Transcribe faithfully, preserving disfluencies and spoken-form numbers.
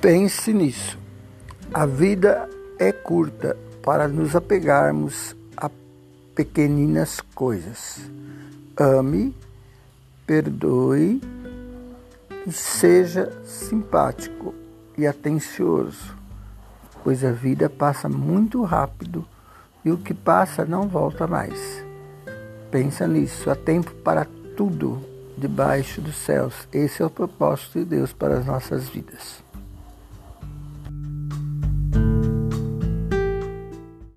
Pense nisso. A vida é curta para nos apegarmos a pequeninas coisas. Ame, perdoe, seja simpático e atencioso, pois a vida passa muito rápido e o que passa não volta mais. Pensa nisso, há tempo para tudo debaixo dos céus. Esse é o propósito de Deus para as nossas vidas.